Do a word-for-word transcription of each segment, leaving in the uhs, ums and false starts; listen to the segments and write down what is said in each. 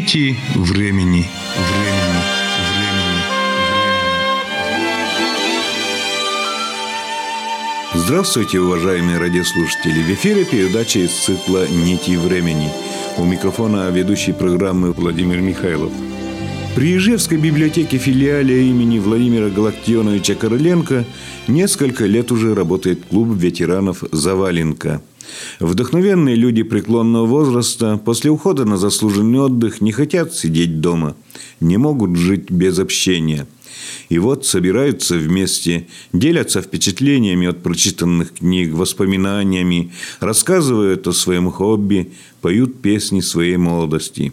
Нити времени. Времени. Времени. Здравствуйте, уважаемые радиослушатели! В эфире передача из цикла «Нити времени». У микрофона ведущий программы Владимир Михайлов. При Ижевской библиотеке филиале имени Владимира Галактионовича Короленко несколько лет уже работает клуб ветеранов «Заваленка». Вдохновенные люди преклонного возраста после ухода на заслуженный отдых не хотят сидеть дома, не могут жить без общения. И вот собираются вместе, делятся впечатлениями от прочитанных книг, воспоминаниями, рассказывают о своем хобби, поют песни своей молодости.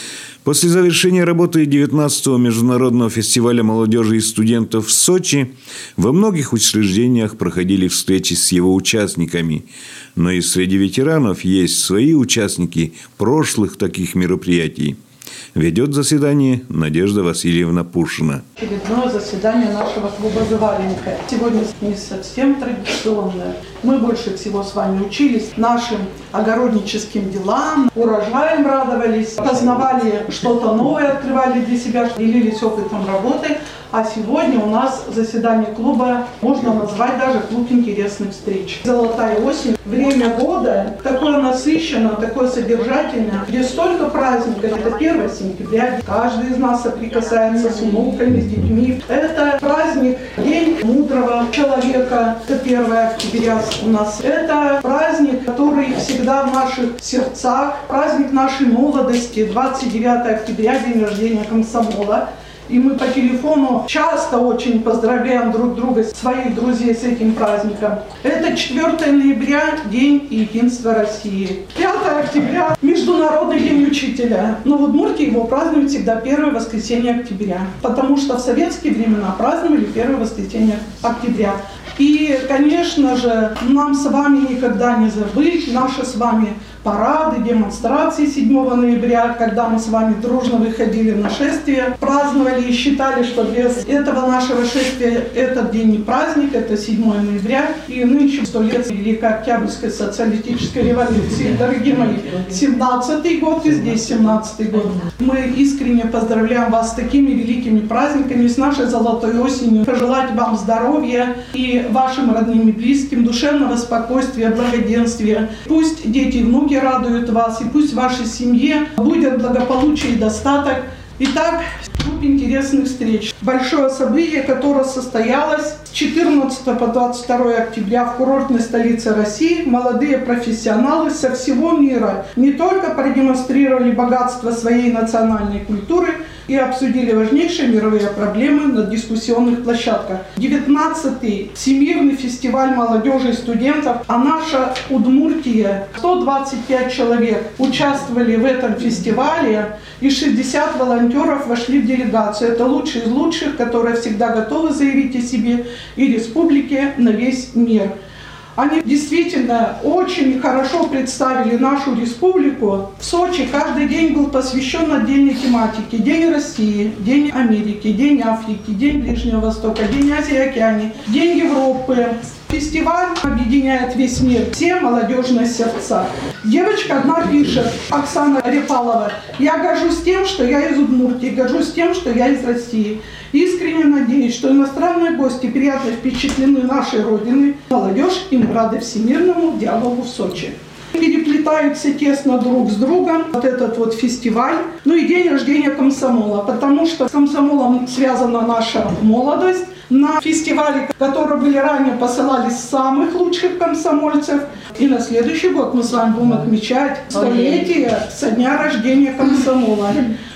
После завершения работы девятнадцатого международного фестиваля молодежи и студентов в Сочи во многих учреждениях проходили встречи с его участниками. Но и среди ветеранов есть свои участники прошлых таких мероприятий. Ведет заседание Надежда Васильевна Пушина. Очередное заседание нашего клуба «Заваленка». Сегодня не совсем традиционное. Мы больше всего с вами учились нашим огородническим делам, урожаем радовались, познавали что-то новое, открывали для себя, делились опытом работы. А сегодня у нас заседание клуба, можно назвать даже клуб интересных встреч. Золотая осень, время года такое насыщенное, такое содержательное, где столько праздников. Это первое сентября, каждый из нас соприкасается с внуками, с детьми. Это праздник, день мудрого человека, это первое октября у нас. Это праздник, который всегда в наших сердцах, праздник нашей молодости, двадцать девятое октября, день рождения комсомола. И мы по телефону часто очень поздравляем друг друга, своих друзей с этим праздником. Это четвёртое ноября, День единства России. пятое октября, Международный день учителя. Но в Удмуртии его празднуют всегда первое воскресенье октября. Потому что в советские времена праздновали первое воскресенье октября. И, конечно же, нам с вами никогда не забыть наши с вами парады, демонстрации седьмого ноября, когда мы с вами дружно выходили на шествие, праздновали и считали, что без этого нашего шествия этот день не праздник, это седьмое ноября. И нынче сто лет Великой Октябрьской социалистической революции. Дорогие мои, семнадцатый год и здесь семнадцатый год. Мы искренне поздравляем вас с такими великими праздниками, с нашей золотой осенью. Пожелать вам здоровья и вашим родным и близким, душевного спокойствия, благоденствия. Пусть дети и внуки радуют вас, и пусть в вашей семье будет благополучие и достаток. Итак, клуб интересных встреч. Большое событие, которое состоялось с четырнадцатого по двадцать второе октября в курортной столице России. Молодые профессионалы со всего мира не только продемонстрировали богатство своей национальной культуры и обсудили важнейшие мировые проблемы на дискуссионных площадках. девятнадцатый Всемирный фестиваль молодежи и студентов, а наша Удмуртия, сто двадцать пять человек участвовали в этом фестивале, и шестьдесят волонтеров вошли в делегацию. Это лучшие из лучших, которые всегда готовы заявить о себе и республике на весь мир. Они действительно очень хорошо представили нашу республику. В Сочи каждый день был посвящен отдельной тематике. День России, День Америки, День Африки, День Ближнего Востока, День Азии и Океании, День Европы. Фестиваль объединяет весь мир, все молодежные сердца. Девочка одна пишет, Оксана Репалова: «Я горжусь тем, что я из Удмуртии, горжусь тем, что я из России. Искренне надеюсь, что иностранные гости приятно впечатлены нашей Родиной. Молодежь, и мы рады всемирному диалогу в Сочи». Переплетаются тесно друг с другом вот этот вот фестиваль, ну и день рождения комсомола, потому что с комсомолом связана наша молодость. На фестивале, которые были ранее, посылали самых лучших комсомольцев. И на следующий год мы с вами будем отмечать столетие со дня рождения комсомола.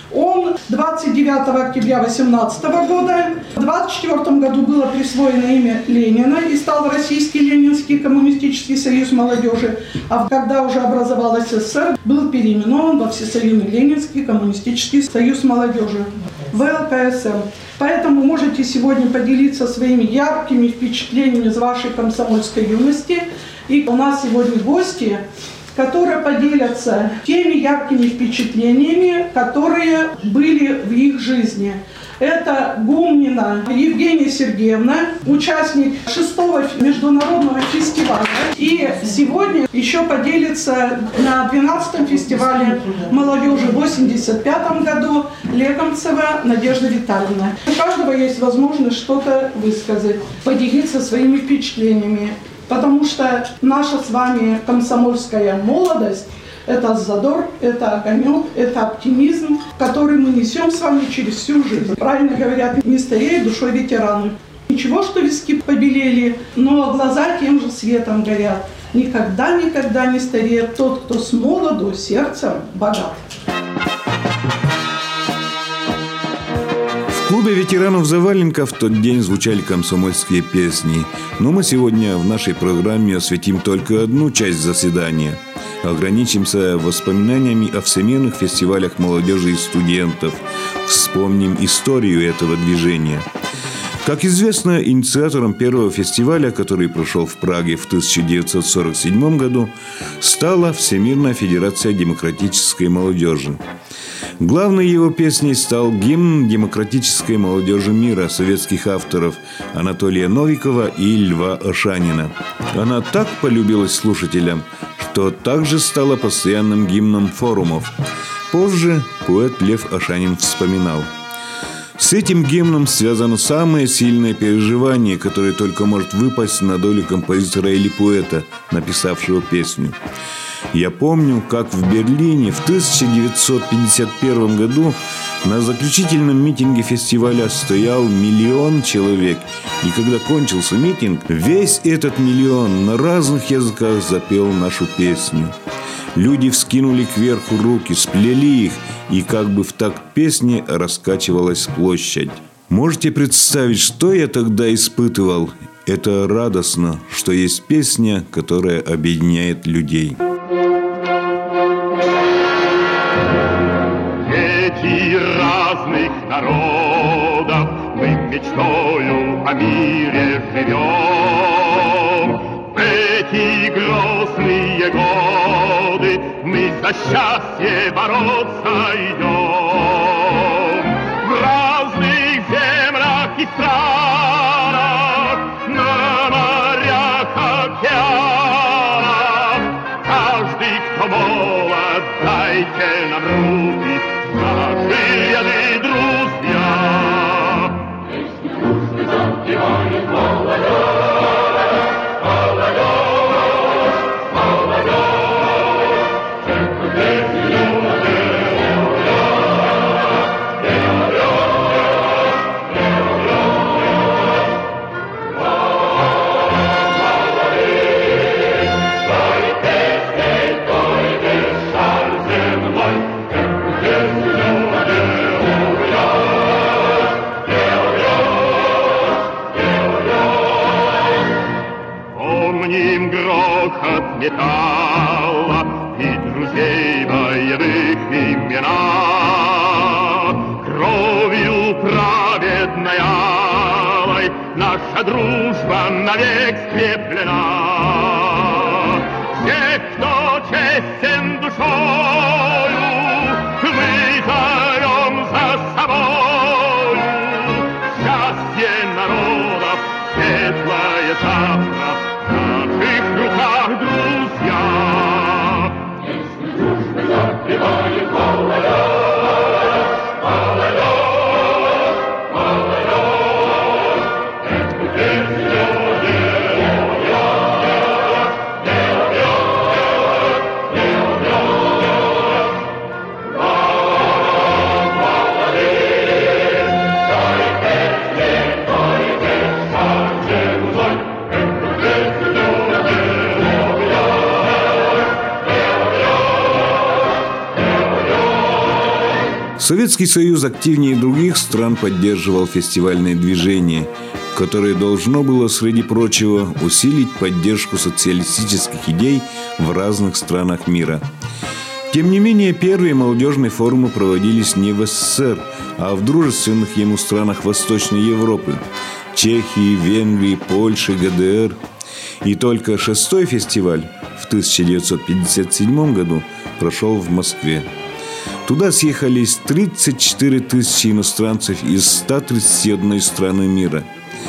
Он двадцать девятого октября две тысячи восемнадцатого года. В двадцать четвёртом году было присвоено имя Ленина и стал Российский Ленинский коммунистический союз молодежи. А когда уже образовалась СССР, был переименован во Всесоюзный Ленинский коммунистический союз молодежи, вэ эл ка эс эм. Поэтому можете сегодня поделиться своими яркими впечатлениями из вашей комсомольской юности. И у нас сегодня гости, которые поделятся теми яркими впечатлениями, которые были в их жизни. Это Гумнина Евгения Сергеевна, участник шестого международного фестиваля. И сегодня еще поделится на двенадцатом фестивале молодежи в восемьдесят пятом году Легомцева Надежда Витальевна. У каждого есть возможность что-то высказать, поделиться своими впечатлениями. Потому что наша с вами комсомольская молодость – это задор, это огонек, это оптимизм, который мы несем с вами через всю жизнь. Правильно говорят, не стареют душой ветераны. Ничего, что виски побелели, но глаза тем же светом горят. Никогда-никогда не стареет тот, кто с молоду сердцем богат. В клубе ветеранов Заваленка в тот день звучали комсомольские песни. Но мы сегодня в нашей программе осветим только одну часть заседания. Ограничимся воспоминаниями о всемирных фестивалях молодежи и студентов. Вспомним историю этого движения. Как известно, инициатором первого фестиваля, который прошел в Праге в тысяча девятьсот сорок седьмом году, стала Всемирная федерация демократической молодежи. Главной его песней стал гимн демократической молодежи мира советских авторов Анатолия Новикова и Льва Ашанина. Она так полюбилась слушателям, что также стала постоянным гимном форумов. Позже поэт Лев Ашанин вспоминал: «С этим гимном связано самое сильное переживание, которое только может выпасть на долю композитора или поэта, написавшего песню. Я помню, как в Берлине в тысяча девятьсот пятьдесят первом году на заключительном митинге фестиваля стоял миллион человек. И когда кончился митинг, весь этот миллион на разных языках запел нашу песню. Люди вскинули кверху руки, сплели их, и как бы в такт песни раскачивалась площадь. Можете представить, что я тогда испытывал? Это радостно, что есть песня, которая объединяет людей». Разных народов мы мечтою о мире живем. В эти грозные годы мы за счастье бороться идем. В разных землях и странах, на морях, океанах, каждый, кто молод, дайте нам руки, наши друзья. Песни дружбы запевает молодежь, молодежь, молодежь. Всех песни металла и друзей боевых имена. Кровью праведной алой наша дружба навек скреплена. Всех, кто честен душою, мы зовем за собою. Счастье народов, светлое завтра в наших руках, друзья. Песни дружбы запевает молодежь, молодежь, молодежь. Эту песню делаем, делаем, делаем, делаем. Молодые, той песни, той песни, мной. Эту песню Советский Союз активнее других стран поддерживал фестивальное движение, которое должно было, среди прочего, усилить поддержку социалистических идей в разных странах мира. Тем не менее, первые молодежные форумы проводились не в СССР, а в дружественных ему странах Восточной Европы – Чехии, Венгрии, Польши, ГДР. И только шестой фестиваль в тысяча девятьсот пятьдесят седьмом году прошел в Москве. Туда съехались тридцать четыре тысячи иностранцев из ста тридцати одной страны мира.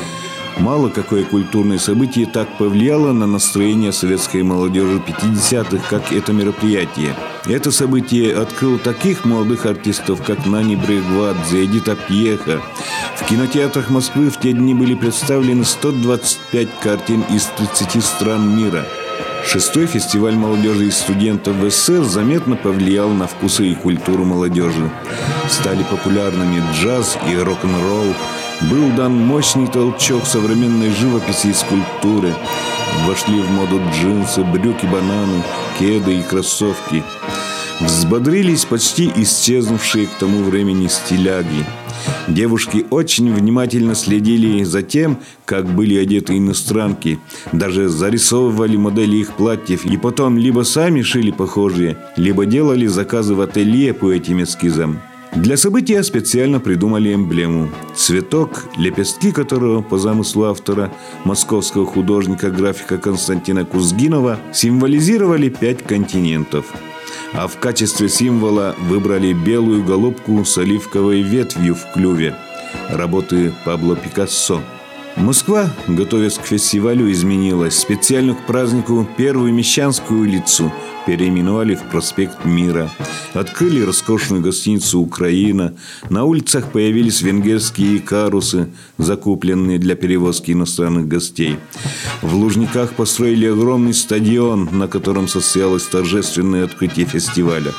Мало какое культурное событие так повлияло на настроение советской молодежи пятидесятых, как это мероприятие. Это событие открыло таких молодых артистов, как Нани Брейгвадзе, Эдита Пьеха. В кинотеатрах Москвы в те дни были представлены сто двадцать пять картин из тридцати стран мира. Шестой фестиваль молодежи и студентов в СССР заметно повлиял на вкусы и культуру молодежи. Стали популярными джаз и рок-н-ролл. Был дан мощный толчок современной живописи и скульптуры. Вошли в моду джинсы, брюки-бананы, кеды и кроссовки. Взбодрились почти исчезнувшие к тому времени стиляги. Девушки очень внимательно следили за тем, как были одеты иностранки. Даже зарисовывали модели их платьев и потом либо сами шили похожие, либо делали заказы в ателье по этим эскизам. Для события специально придумали эмблему. Цветок, лепестки которого, по замыслу автора, московского художника-графика Константина Кузгинова, символизировали пять континентов. А в качестве символа выбрали белую голубку с оливковой ветвью в клюве. Работы Пабло Пикассо. Москва, готовясь к фестивалю, изменилась. Специально к празднику Первую Мещанскую улицу переименовали в проспект Мира. Открыли роскошную гостиницу «Украина». На улицах появились венгерские карусы, закупленные для перевозки иностранных гостей. В Лужниках построили огромный стадион, на котором состоялось торжественное открытие фестиваля.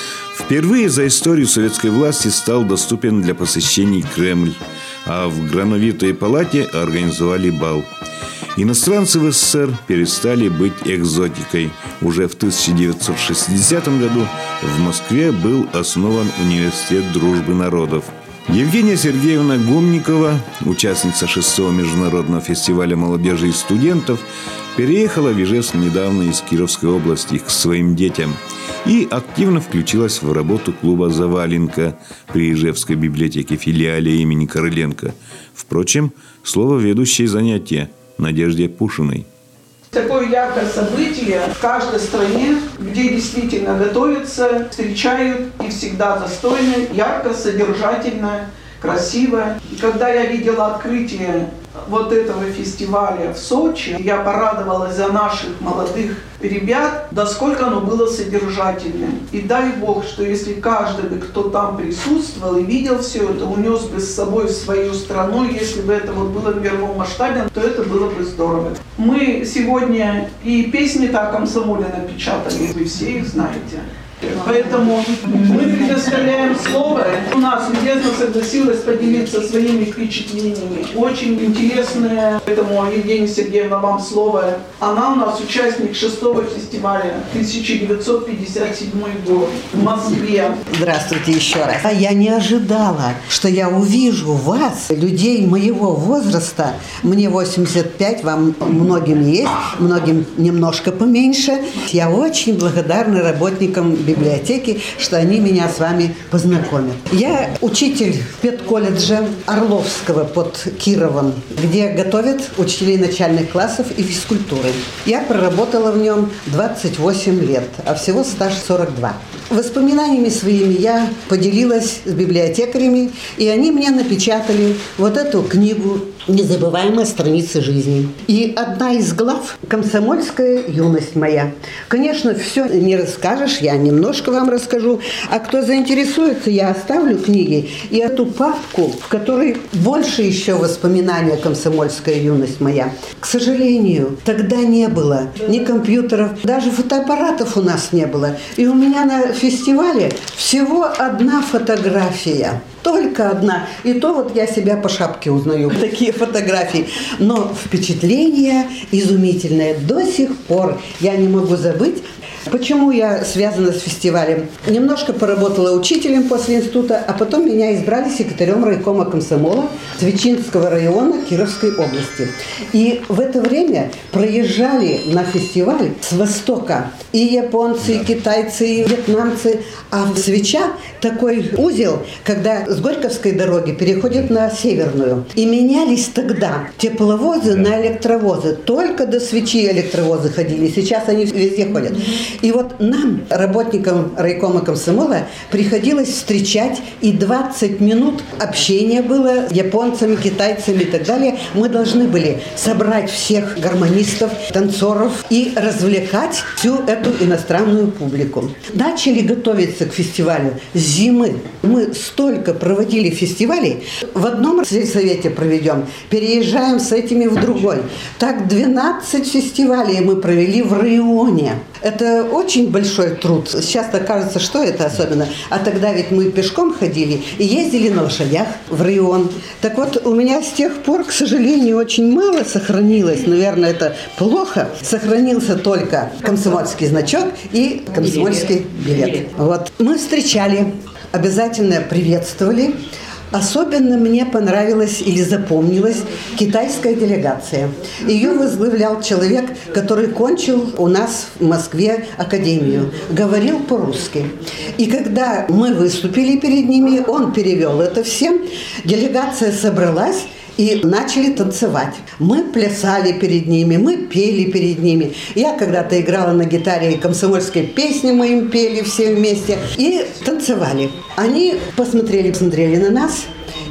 Впервые за историю советской власти стал доступен для посещений Кремль, а в Грановитой палате организовали бал. Иностранцы в СССР перестали быть экзотикой. Уже в тысяча девятьсот шестидесятом году в Москве был основан Университет дружбы народов. Евгения Сергеевна Гумникова, участница шестого международного фестиваля молодежи и студентов, переехала в Ижевск недавно из Кировской области к своим детям и активно включилась в работу клуба «Заваленка» при Ижевской библиотеке филиале имени Короленко. Впрочем, слово ведущей занятия Надежде Пушиной. Такое яркое событие в каждой стране, где действительно готовятся, встречают и всегда достойно, ярко, содержательно, красиво. И когда я видела открытие вот этого фестиваля в Сочи, я порадовалась за наших молодых ребят, да сколько оно было содержательным. И дай Бог, что если каждый бы, кто там присутствовал и видел все это, унес бы с собой в свою страну, если бы это вот было в мировом масштабе, то это было бы здорово. Мы сегодня и песни-то о комсомоле напечатали, вы все их знаете. Поэтому мы предоставляем слово. У нас любезно согласилась поделиться своими впечатлениями. Очень интересное, поэтому, Евгения Сергеевна, вам слово. Она у нас участник шестого фестиваля, тысяча девятьсот пятьдесят седьмой год в Москве. Здравствуйте еще раз. А я не ожидала, что я увижу вас, людей моего возраста. Мне восемьдесят пять, вам многим есть, многим немножко поменьше. Я очень благодарна работникам библиотеки, что они меня с вами познакомят. Я учитель в педколледже Орловского под Кировом, где готовят учителей начальных классов и физкультуры. Я проработала в нем двадцать восемь лет, а всего стаж сорок два. Воспоминаниями своими я поделилась с библиотекарями, и они мне напечатали вот эту книгу «Незабываемые страницы жизни». И одна из глав «Комсомольская юность моя». Конечно, все не расскажешь, я немножко вам расскажу. А кто заинтересуется, я оставлю книги и эту папку, в которой больше еще воспоминания «Комсомольская юность моя». К сожалению, тогда не было ни компьютеров, даже фотоаппаратов у нас не было. И у меня на фестивале всего одна фотография. Только одна. И то вот я себя по шапке узнаю. Такие фотографии. Но впечатление изумительное. До сих пор я не могу забыть. Почему я связана с фестивалем? Немножко поработала учителем после института, а потом меня избрали секретарем райкома комсомола Твичинского района Кировской области. И в это время проезжали на фестиваль с востока и японцы, и китайцы, и вьетнамцы. А в Свеча такой узел, когда с Горьковской дороги переходит на Северную. И менялись тогда тепловозы на электровозы. Только до Свечи электровозы ходили. Сейчас они везде ходят. И вот нам, работникам райкома комсомола, приходилось встречать, и двадцать минут общения было с японцами, китайцами и так далее. Мы должны были собрать всех гармонистов, танцоров и развлекать всю эту иностранную публику. Начали готовиться к фестивалю с зимы. Мы столько проводили фестивалей. В одном сельсовете проведем, переезжаем с этими в другой. Так двенадцать фестивалей мы провели в районе. Это очень большой труд. Сейчас-то кажется, что это особенно. А тогда ведь мы пешком ходили и ездили на лошадях в район. Так вот, у меня с тех пор, к сожалению, очень мало сохранилось. Наверное, это плохо. Сохранился только комсомольский значок и комсомольский билет. Вот. Мы встречали, обязательно приветствовали. Особенно мне понравилась или запомнилась китайская делегация. Ее возглавлял человек, который кончил у нас в Москве академию, говорил по-русски. И когда мы выступили перед ними, он перевел это всем, делегация собралась и начали танцевать. Мы плясали перед ними, мы пели перед ними. Я когда-то играла на гитаре комсомольской песни, мы им пели все вместе и танцевали. Они посмотрели, посмотрели на нас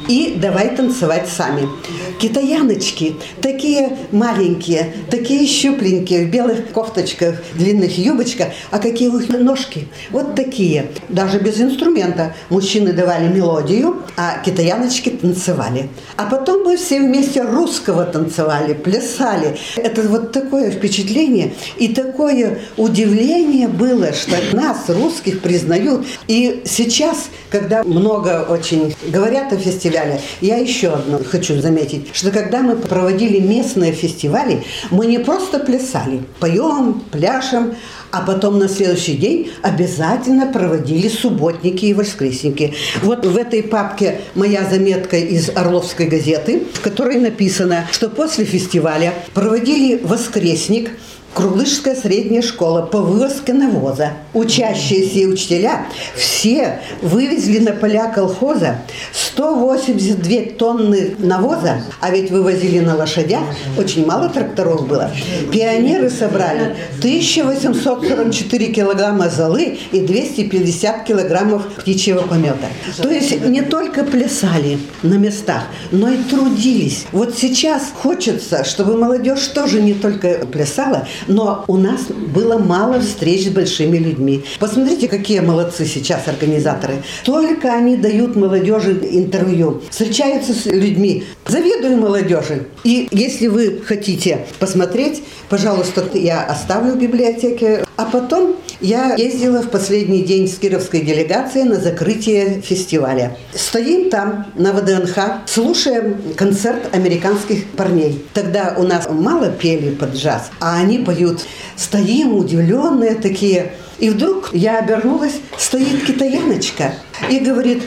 и давай танцевать сами. Китаяночки, такие маленькие, такие щупленькие, в белых кофточках, длинных юбочках, а какие у них ножки, вот такие. Даже без инструмента. Мужчины давали мелодию, а китаяночки танцевали. А потом мы все вместе русского танцевали, плясали. Это вот такое впечатление и такое удивление было, что нас, русских, признают. И сейчас, когда много очень говорят о фестивале, я еще одно хочу заметить, что когда мы проводили местные фестивали, мы не просто плясали, поем, пляшем, а потом на следующий день обязательно проводили субботники и воскресники. Вот в этой папке моя заметка из Орловской газеты, в которой написано, что после фестиваля проводили воскресник, Круглышская средняя школа по вывозке навоза. Учащиеся и учителя все вывезли на поля колхоза сто восемьдесят две тонны навоза, а ведь вывозили на лошадях, очень мало тракторов было. Пионеры собрали тысяча восемьсот сорок четыре килограмма золы и двести пятьдесят килограммов птичьего помета. То есть не только плясали на местах, но и трудились. Вот сейчас хочется, чтобы молодежь тоже не только плясала, но у нас было мало встреч с большими людьми. Посмотрите, какие молодцы сейчас организаторы. Только они дают молодежи интервью, встречаются с людьми. Завидую молодежи. И если вы хотите посмотреть, пожалуйста, я оставлю в библиотеке. А потом я ездила в последний день с кировской делегацией на закрытие фестиваля. Стоим там на ВДНХ, слушаем концерт американских парней. Тогда у нас мало пели под джаз, а они поют. Стоим удивленные такие. И вдруг я обернулась, стоит китаяночка и говорит: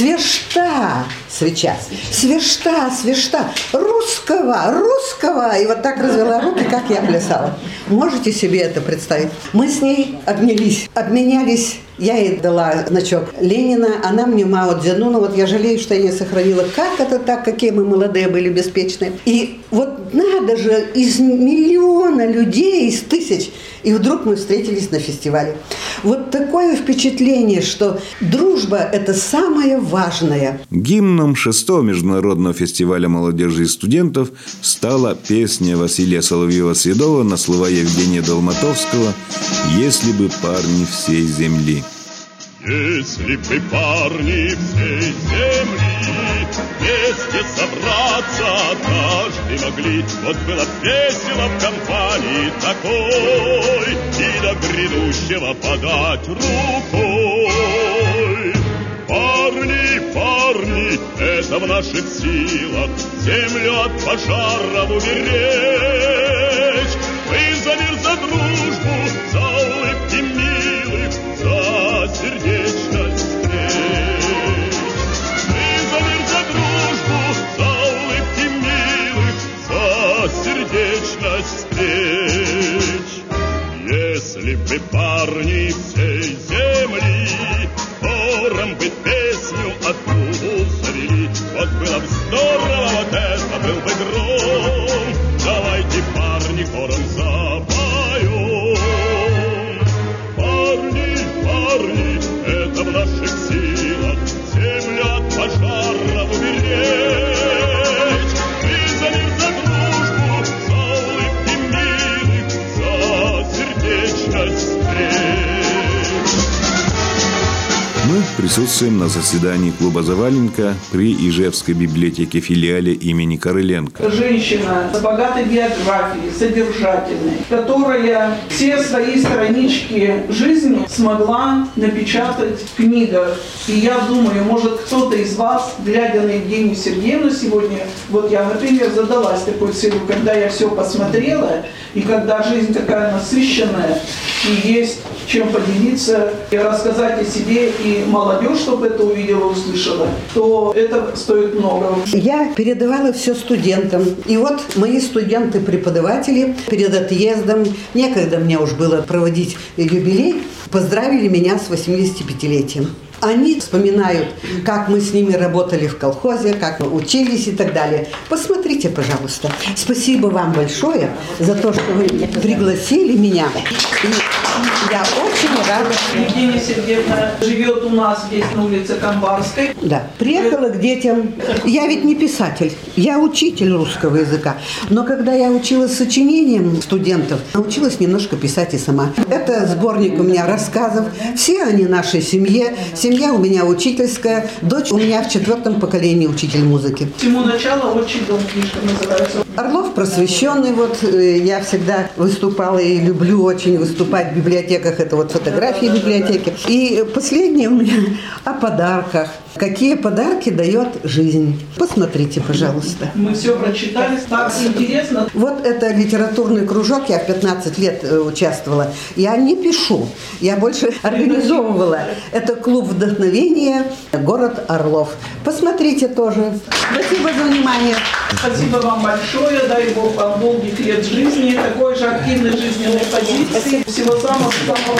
свежта, свеча, свежта, свежта, русского, русского. И вот так развела руки, как я плясала. Можете себе это представить? Мы с ней обнялись, обменялись. Я ей дала значок Ленина, она мне Мао Цзэдуна. Вот я жалею, что я не сохранила. Как это так, какие мы молодые были, беспечные. И вот надо же, из миллиона людей, из тысяч. И вдруг мы встретились на фестивале. Вот такое впечатление, что дружба – это самое важное. Гимном шестого международного фестиваля молодежи и студентов стала песня Василия Соловьева-Седова на слова Евгения Долматовского «Если бы парни всей земли». Если бы парни всей земли вместе собраться однажды могли, вот было б весело в компании такой и до грядущего подать рукой. Парни, парни, это в наших силах землю от пожаров уберечь. Вы за мир, за дружбу, за улыбки милых, за сердечность встреч. Мы за мир, за дружбу, за улыбки милых, за сердечность встреч. Если бы парни всей земли хором бы песню одну завели, вот было бы здорово, вот это был бы гром. Давайте, парни, хором запоем. Мы присутствуем на заседании клуба «Заваленка» при Ижевской библиотеке филиале имени Короленко. Женщина с богатой биографией, содержательной, которая все свои странички жизни смогла напечатать в книгах. И я думаю, может, кто-то из вас, глядя на Евгению Сергеевну сегодня, вот я, например, задалась такой целью, когда я все посмотрела, и когда жизнь такая насыщенная, и есть чем поделиться, и рассказать о себе, и молодежь, чтобы это увидела, услышала, то это стоит много. Я передавала все студентам. И вот мои студенты-преподаватели перед отъездом, некогда мне уж было проводить юбилей, поздравили меня с восьмидесятипятилетием. Они вспоминают, как мы с ними работали в колхозе, как мы учились и так далее. Посмотрите, пожалуйста. Спасибо вам большое за то, что вы пригласили меня. И я очень рада. Евгения Сергеевна живет у нас здесь на улице Камбарской. Да. Приехала к детям. Я ведь не писатель, я учитель русского языка. Но когда я училась сочинением студентов, научилась немножко писать и сама. Это сборник у меня рассказов. Все они нашей семье. Семья у меня учительская. Дочь у меня в четвертом поколении учитель музыки. Всему начало «Отчий дом» книжка называется. Орлов просвещенный. Вот я всегда выступала и люблю очень выступать в библиотеках. Это вот фотографии библиотеки. И последнее у меня о подарках. Какие подарки дает жизнь. Посмотрите, пожалуйста. Мы все прочитали, так интересно. Вот это литературный кружок, я в пятнадцать лет участвовала. Я не пишу, я больше организовывала. Это клуб вдохновения, город Орлов. Посмотрите тоже. Спасибо за внимание. Спасибо вам большое. Дай Бог вам долгих лет жизни, такой же активной жизненной позиции. Всего самого-самого.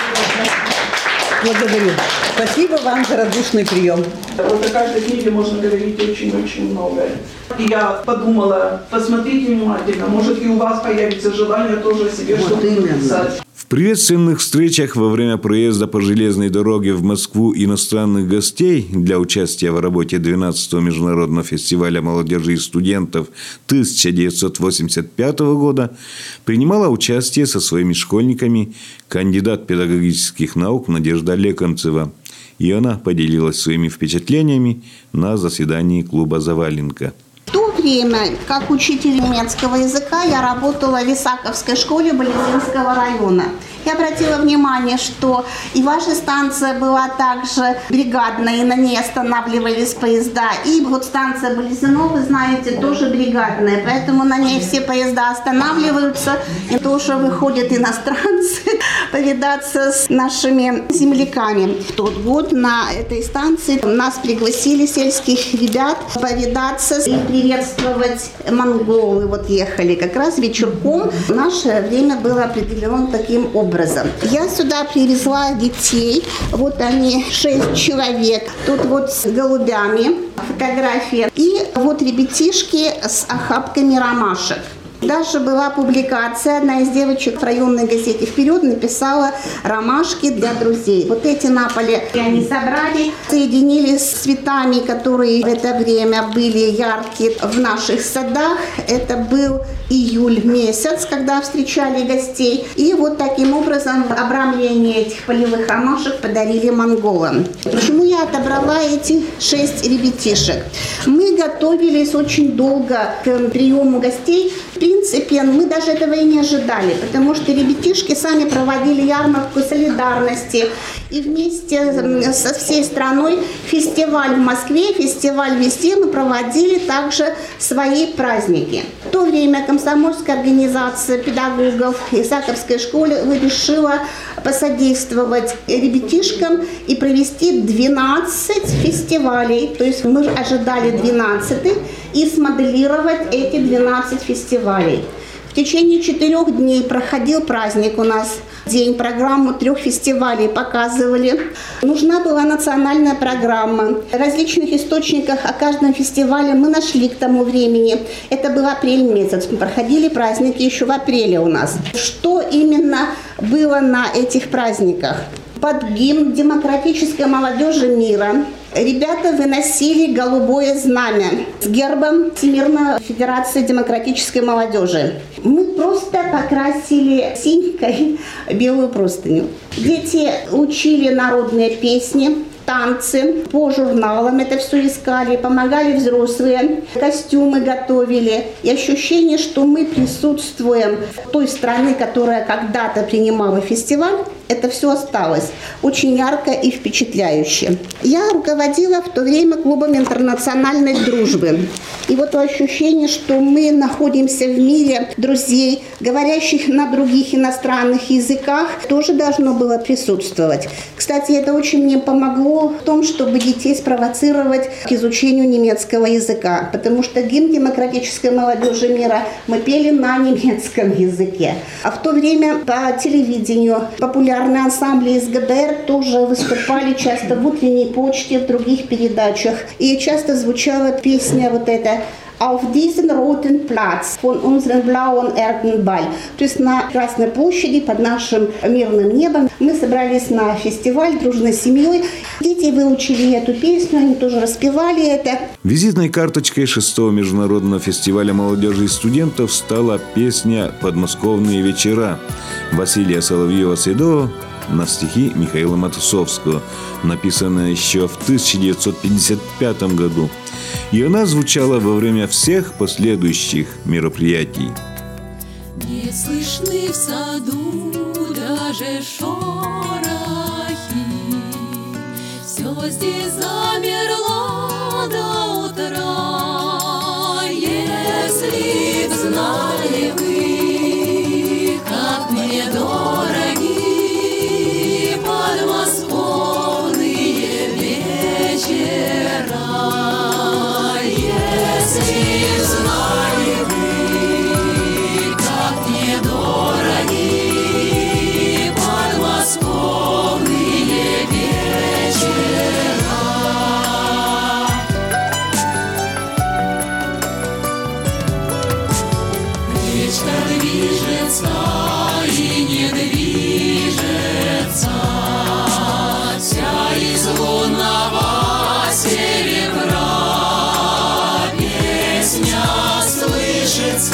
Благодарю. Спасибо вам за радушный прием. Вот о каждой книге можно говорить очень-очень многое. И я подумала, посмотрите внимательно, может и у вас появится желание тоже о себе вот что-то написать. В приветственных встречах во время проезда по железной дороге в Москву иностранных гостей для участия в работе двенадцатого международного фестиваля молодежи и студентов тысяча девятьсот восемьдесят пятого года принимала участие со своими школьниками кандидат педагогических наук Надежда Леконцева. И она поделилась своими впечатлениями на заседании клуба «Заваленка». В то время, как учитель немецкого языка, я работала в Исаковской школе Болезинского района. Я обратила внимание, что и ваша станция была также бригадная, и на ней останавливались поезда. И вот станция Болезино, вы знаете, тоже бригадная, поэтому на ней все поезда останавливаются, и тоже выходят иностранцы повидаться с нашими земляками. В тот год на этой станции нас пригласили, сельских ребят, повидаться и приветствовать монголы. Вот ехали как раз вечерком. Наше время было определено таким образом. Образом. Я сюда привезла детей, вот они, шесть человек, тут вот с голубями фотография, и вот ребятишки с охапками ромашек. Даже была публикация, одна из девочек в районной газете «Вперед» написала «Ромашки для друзей». Вот эти на поле они собрали, соединили с цветами, которые в это время были яркие в наших садах. Это был июль месяц, когда встречали гостей. И вот таким образом обрамление этих полевых ромашек подарили монголам. Почему я отобрала эти шесть ребятишек? Мы готовились очень долго к приему гостей. В принципе, мы даже этого и не ожидали, потому что ребятишки сами проводили ярмарку солидарности. И вместе со всей страной фестиваль в Москве, фестиваль везде мы проводили также свои праздники. В то время комсомольская организация педагогов Исаковской школы решила посодействовать ребятишкам и провести двенадцать фестивалей. То есть мы ожидали двенадцатый и смоделировать эти двенадцать фестивалей. В течение четырех дней проходил праздник у нас. День, программу трех фестивалей показывали. Нужна была национальная программа. В различных источниках о каждом фестивале мы нашли к тому времени. Это был апрель месяц. Проходили праздники еще в апреле у нас. Что именно было на этих праздниках? Под гимн демократической молодежи мира ребята выносили голубое знамя с гербом Всемирной Федерации демократической молодежи. Мы просто покрасили синькой белую простыню. Дети учили народные песни, танцы, по журналам это все искали, помогали взрослые, костюмы готовили. И ощущение, что мы присутствуем в той стране, которая когда-то принимала фестиваль, это все осталось. Очень ярко и впечатляюще. Я руководила в то время клубом интернациональной дружбы. И вот то ощущение, что мы находимся в мире друзей, говорящих на других иностранных языках, тоже должно было присутствовать. Кстати, это очень мне помогло в том, чтобы детей спровоцировать к изучению немецкого языка, потому что гимн демократической молодежи мира мы пели на немецком языке. А в то время по телевидению популярные ансамбли из ГДР тоже выступали часто в утренней почте, в других передачах. И часто звучала песня вот эта «Auf diesen roten Platz von unserem blauen Erdenball». То есть на Красной площади под нашим мирным небом мы собрались на фестиваль дружной семьей. Дети выучили эту песню, они тоже распевали это. Визитной карточкой шестого международного фестиваля молодежи и студентов стала песня «Подмосковные вечера» Василия Соловьева-Седова на стихи Михаила Матусовского, написанная еще в тысяча девятьсот пятьдесят пятом году. И она звучала во время всех последующих мероприятий. Не слышны в саду даже шорохи, все здесь замерло до утра. Если б знали вы, как мне дороги подмосковные вечера. Если знали вы, как мне дороги подмосковные вечера. Речка движется и не движется, вся из лунного серебра. Песня слышится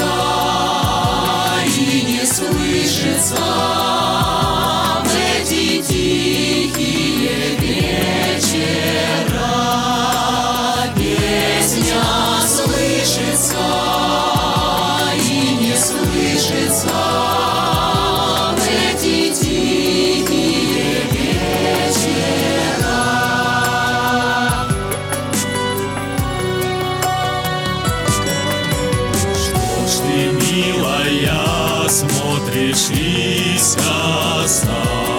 и не слышится в эти тихие вечера. Песня слышится и не слышится в эти тихие вечера. Что ж ты, милая, смотришь низко,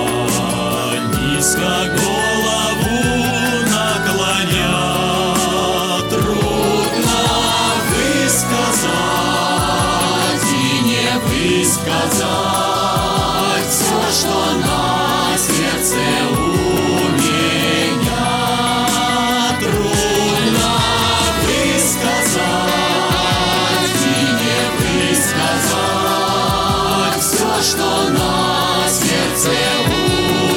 низко голову наклоня. Трудно высказать и не высказать все, что на сердце у меня. Трудно высказать и не высказать все, что на сердце у меня.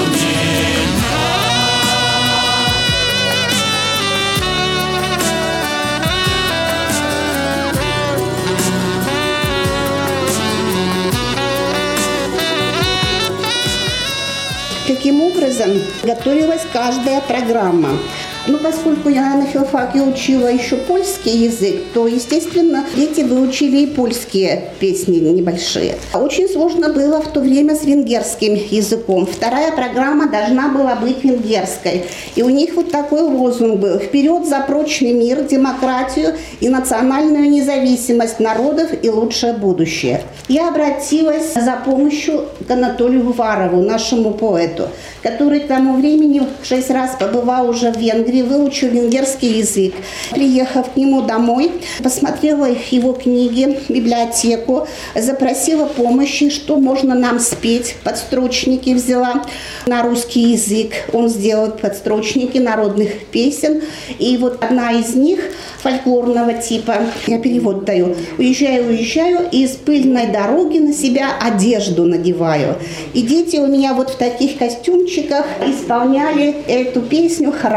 Каким образом готовилась каждая программа? Ну, поскольку я на филфаке учила еще польский язык, то, естественно, дети выучили и польские песни небольшие. Очень сложно было в то время с венгерским языком. Вторая программа должна была быть венгерской. И у них вот такой лозунг был: «Вперед за прочный мир, демократию и национальную независимость народов и лучшее будущее». Я обратилась за помощью к Анатолию Уварову, нашему поэту, который к тому времени шесть раз побывал уже в Венгрии, выучил венгерский язык. Приехав к нему домой, посмотрела его книги, библиотеку, запросила помощи, что можно нам спеть. Подстрочники взяла на русский язык. Он сделал подстрочники народных песен. И вот одна из них фольклорного типа, я перевод даю: «Уезжаю, уезжаю, и из пыльной дороги на себя одежду надеваю». И дети у меня вот в таких костюмчиках исполняли эту песню хороводного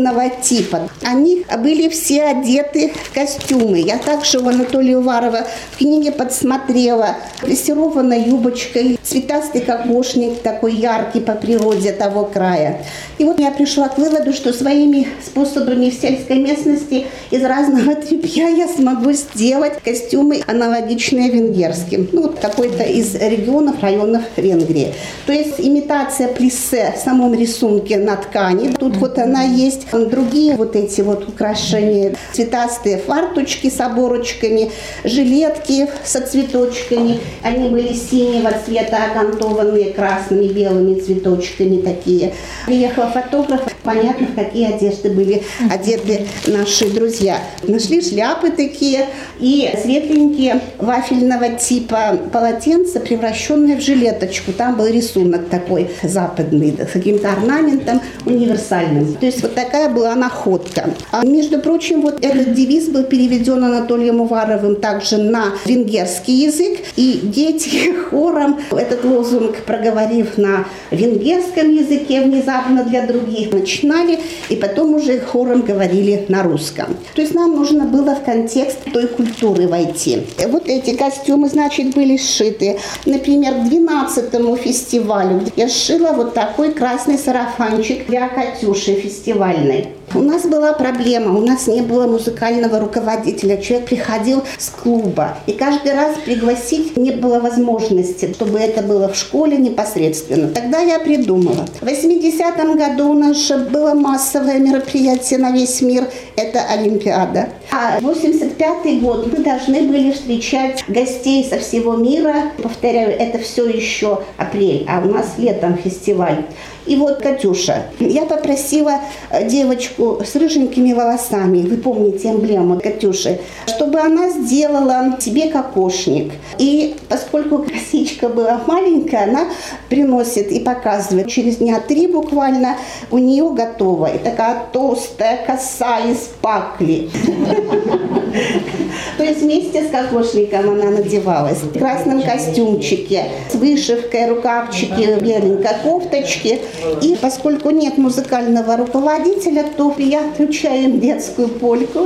вафельного типа. Они были все одеты в костюмы. Я также у Анатолия Уварова в книге подсмотрела. Плессированная юбочка, цветастый кокошник, такой яркий по природе того края. И вот я пришла к выводу, что своими способами в сельской местности из разного тряпья я смогу сделать костюмы, аналогичные венгерским. Ну, вот какой-то из регионов, районов Венгрии. То есть имитация плиссе в самом рисунке на ткани. Тут вот она есть. Другие вот эти вот украшения. Цветастые фарточки с оборочками, жилетки со цветочками. Они были синего цвета, окантованные красными, белыми цветочками такие. Приехал фотограф, понятно, в какие одежды были одеты наши друзья. Нашли шляпы такие и светленькие вафельного типа полотенца, превращенные в жилеточку. Там был рисунок такой западный, с каким-то орнаментом универсальным. То есть вот такая была находка. А, между прочим, вот этот девиз был переведен Анатолием Уваровым также на венгерский язык. И дети хором этот лозунг, проговорив на венгерском языке внезапно для других, начинали и потом уже хором говорили на русском. То есть нам нужно было в контекст той культуры войти. Вот эти костюмы, значит, были сшиты. Например, к двенадцатому фестивалю я сшила вот такой красный сарафанчик для Катюши фестивальной. У нас была проблема, у нас не было музыкального руководителя. Человек приходил с клуба, и каждый раз пригласить не было возможности, чтобы это было в школе непосредственно. Тогда я придумала. В восьмидесятом году у нас же было массовое мероприятие на весь мир, это Олимпиада. А восемьдесят пятый год мы должны были встречать гостей со всего мира. Повторяю, это все еще апрель, а у нас летом фестиваль. И вот Катюша. Я попросила девочку с рыженькими волосами, вы помните эмблему Катюши, чтобы она сделала себе кокошник. И поскольку косичка была маленькая, она приносит и показывает. Через дня три буквально у нее готова. И такая толстая коса из пакли. То есть вместе с кокошником она надевалась. В красном костюмчике, с вышивкой, рукавчики, беленькой кофточки. И поскольку нет музыкального руководителя, то я включаю им детскую польку,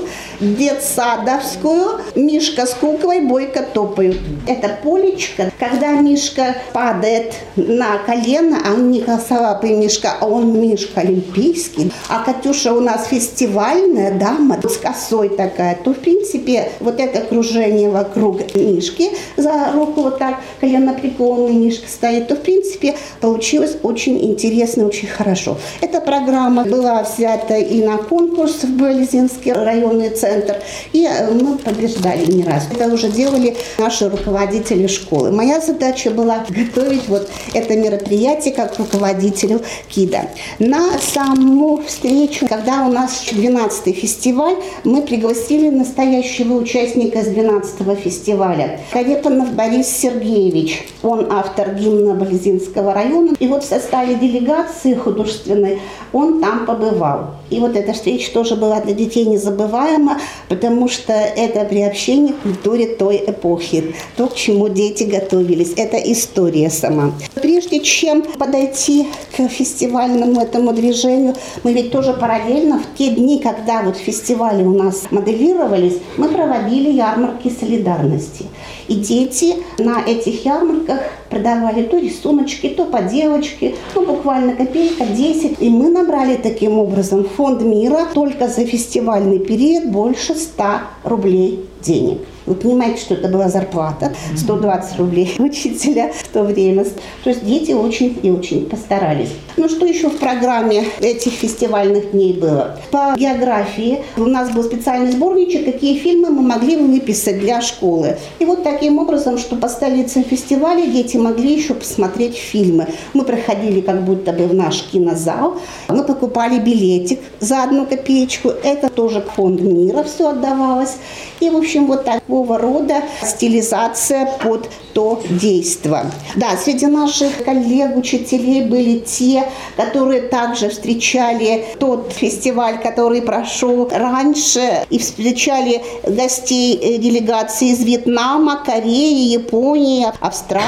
детсадовскую. Мишка с куклой бойко топают. Это полечка, когда Мишка падает на колено, а он не косолапый Мишка, а он Мишка олимпийский. А Катюша у нас фестивальная дама с косой такая, то в принципе вот это кружение вокруг Мишки, за руку вот так коленопреклонный Мишка стоит, то в принципе получилось очень интересно, очень хорошо. Эта программа была взята и на конкурс в Болезинский районный центр, и мы побеждали не раз. Это уже делали наши руководители школы. Моя задача была готовить вот это мероприятие как руководителю КИДа. На саму встречу, когда у нас двенадцатый фестиваль, мы пригласили настоящего участника с двенадцатого фестиваля. Карепанов Борис Сергеевич. Он автор гимна Болезинского района. И вот в составе делегации художественной он там побывал. И вот эта встреча тоже была для детей незабываема, потому что это приобщение к культуре той эпохи. То, к чему дети готовились. Это история сама. Прежде чем подойти к фестивальному этому движению, мы ведь тоже параллельно в те дни, когда вот фестивали у нас моделировались, мы проводили ярмарки солидарности. И дети на этих ярмарках продавали то рисуночки, то поделочки, ну буквально копейка, десять. И мы набрали таким образом в фонд мира только за фестивальный период больше ста рублей денег. Вы понимаете, что это была зарплата, сто двадцать рублей учителя в то время. То есть дети очень и очень постарались. Ну что еще в программе этих фестивальных дней было? По географии у нас был специальный сборничек, какие фильмы мы могли выписать для школы. И вот таким образом, что по столицам фестиваля дети могли еще посмотреть фильмы. Мы проходили как будто бы в наш кинозал, мы покупали билетик за одну копеечку. Это тоже в фонд мира все отдавалось. И, в общем, вот такого рода стилизация под то действо. Да, среди наших коллег, учителей были те, которые также встречали тот фестиваль, который прошел раньше, и встречали гостей делегации из Вьетнама, Кореи, Японии, Австралии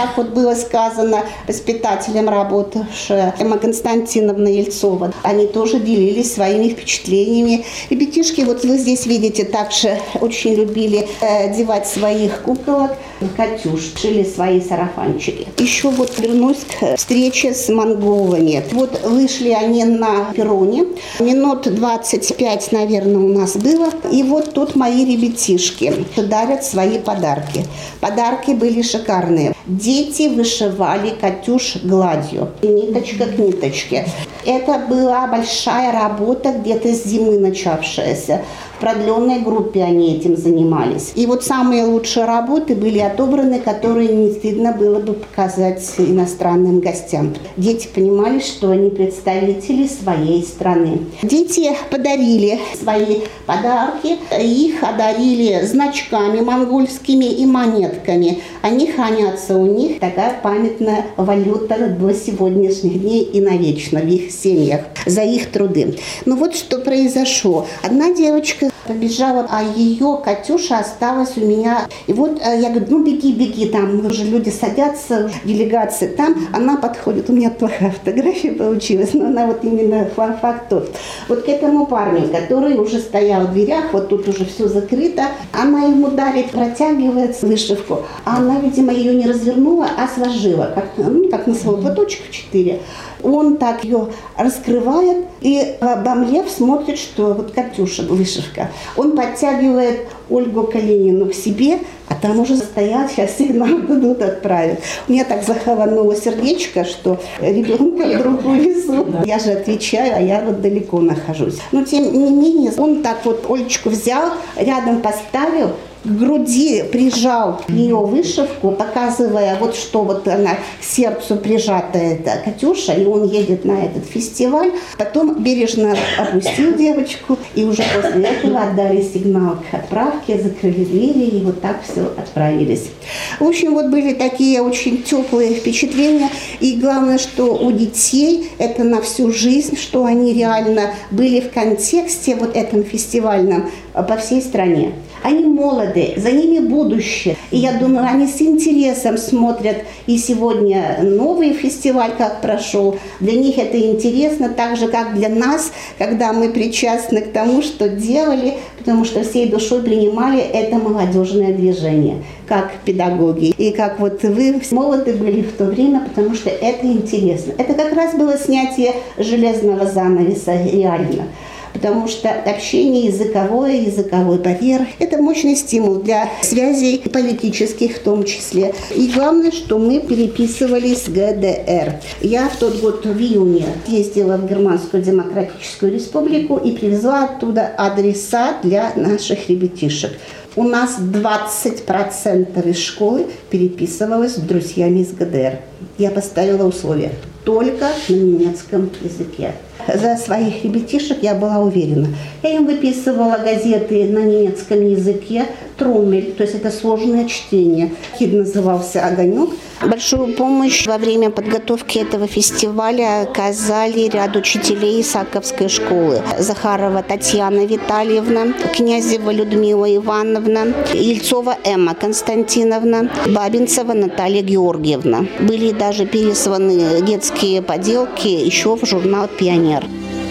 как вот было сказано воспитателем, работавшая Эмма Константиновна Ельцова, они тоже делились своими впечатлениями. Ребятишки, вот вы здесь видите, также очень любили одевать своих куколок, Катюш, шили свои сарафанчики. Еще вот вернусь к встрече с монголами. Вот вышли они на перроне, минут двадцать пять, наверное, у нас было, и вот тут мои ребятишки дарят свои подарки. Подарки были шикарные. Дети вышивали Катюш гладью, ниточка к ниточке. Это была большая работа, где-то с зимы начавшаяся. В продленной группе они этим занимались. И вот самые лучшие работы были отобраны, которые не стыдно было бы показать иностранным гостям. Дети понимали, что они представители своей страны. Дети подарили свои подарки, их одарили значками монгольскими и монетками. Они хранятся у них, такая памятная валюта до сегодняшних дней и навечно в их семьях за их труды. Но вот что произошло. Одна девочка побежала, а ее Катюша осталась у меня. И вот я говорю, ну беги, беги, там уже люди садятся, делегация там. Она подходит, у меня плохая фотография получилась, но она вот именно факт тот. Вот к этому парню, который уже стоял в дверях, вот тут уже все закрыто, она ему дарит, протягивает вышивку. А она, видимо, ее не развернула, а сложила, как, ну, как на свой платочек четыре. Он так ее раскрывает и, обомлев, смотрит, что вот Катюша, вышивка. Он подтягивает Ольгу Калинину к себе, а там уже стоят, сейчас сигнал дадут, отправят. У меня так захолонуло сердечко, что ребенка вдруг увезут. Я же отвечаю, а я вот далеко нахожусь. Но тем не менее, он так вот Олечку взял, рядом поставил, к груди прижал ее вышивку, показывая, вот что вот она к сердцу прижата, это Катюша, и он едет на этот фестиваль. Потом бережно опустил девочку, и уже после этого отдали сигнал к отправке, закрыли двери, и вот так все отправились. В общем, вот были такие очень теплые впечатления, и главное, что у детей это на всю жизнь, что они реально были в контексте вот этом фестивальном по всей стране. Они молоды, за ними будущее. И я думаю, они с интересом смотрят и сегодня новый фестиваль, как прошел. Для них это интересно, так же, как для нас, когда мы причастны к тому, что делали, потому что всей душой принимали это молодежное движение, как педагоги. И как вот вы молоды были в то время, потому что это интересно. Это как раз было снятие железного занавеса реально. Потому что общение языковое, языковой барьер – это мощный стимул для связей политических в том числе. И главное, что мы переписывались с гэ дэ эр. Я в тот год в июне ездила в Германскую Демократическую Республику и привезла оттуда адреса для наших ребятишек. У нас двадцать процентов из школы переписывалось с друзьями из гэ дэ эр. Я поставила условия – только на немецком языке. За своих ребятишек я была уверена. Я им выписывала газеты на немецком языке, Трумель, то есть это сложное чтение. Хид назывался «Огонек». Большую помощь во время подготовки этого фестиваля оказали ряд учителей Исааковской школы. Захарова Татьяна Витальевна, Князева Людмила Ивановна, Ельцова Эмма Константиновна, Бабинцева Наталья Георгиевна. Были даже пересланы детские поделки еще в журнал «Пионер».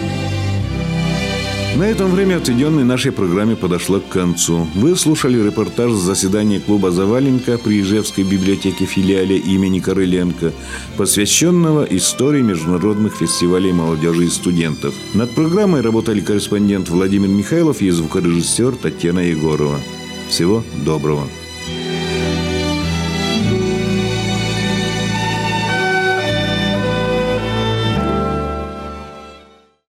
На этом время, отведенное нашей программе, подошло к концу. Вы слушали репортаж с заседания клуба «Заваленка» при Ижевской библиотеке филиале имени Корыленко, посвященного истории международных фестивалей молодежи и студентов. Над программой работали корреспондент Владимир Михайлов и звукорежиссер Татьяна Егорова. Всего доброго.